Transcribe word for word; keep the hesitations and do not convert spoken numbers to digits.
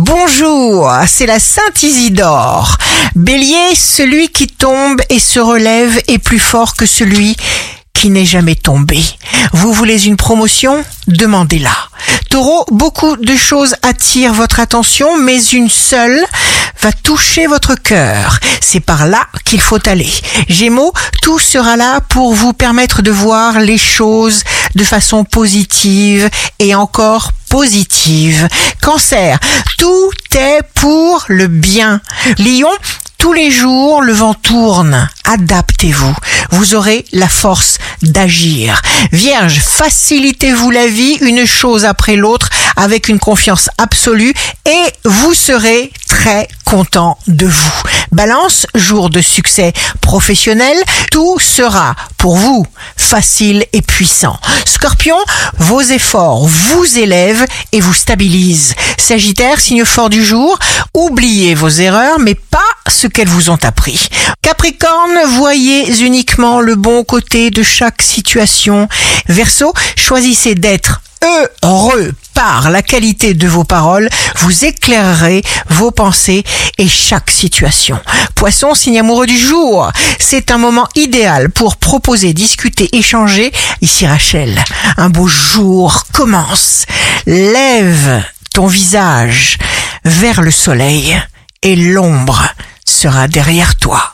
Bonjour, c'est la Sainte Isidore. Bélier, celui qui tombe et se relève est plus fort que celui qui n'est jamais tombé. Vous voulez une promotion? Demandez-la. Taureau, beaucoup de choses attirent votre attention, mais une seule va toucher votre cœur. C'est par là qu'il faut aller. Gémeaux, tout sera là pour vous permettre de voir les choses de façon positive et encore positive. Cancer, tout est pour le bien. Lion, tous les jours, le vent tourne. Adaptez-vous. Vous aurez la force d'agir. Vierge, facilitez-vous la vie une chose après l'autre avec une confiance absolue et vous serez très content de vous. Balance, jour de succès professionnel, tout sera pour vous facile et puissant. Scorpion, vos efforts vous élèvent et vous stabilisent. Sagittaire, signe fort du jour, oubliez vos erreurs mais pas ce qu'elles vous ont appris. Capricorne, voyez uniquement le bon côté de chaque situation. Verseau, choisissez d'être heureux par la qualité de vos paroles, vous éclairerez vos pensées et chaque situation. Poisson, signe amoureux du jour, c'est un moment idéal pour proposer, discuter, échanger. Ici Rachel, un beau jour commence. Lève ton visage vers le soleil et l'ombre sera derrière toi.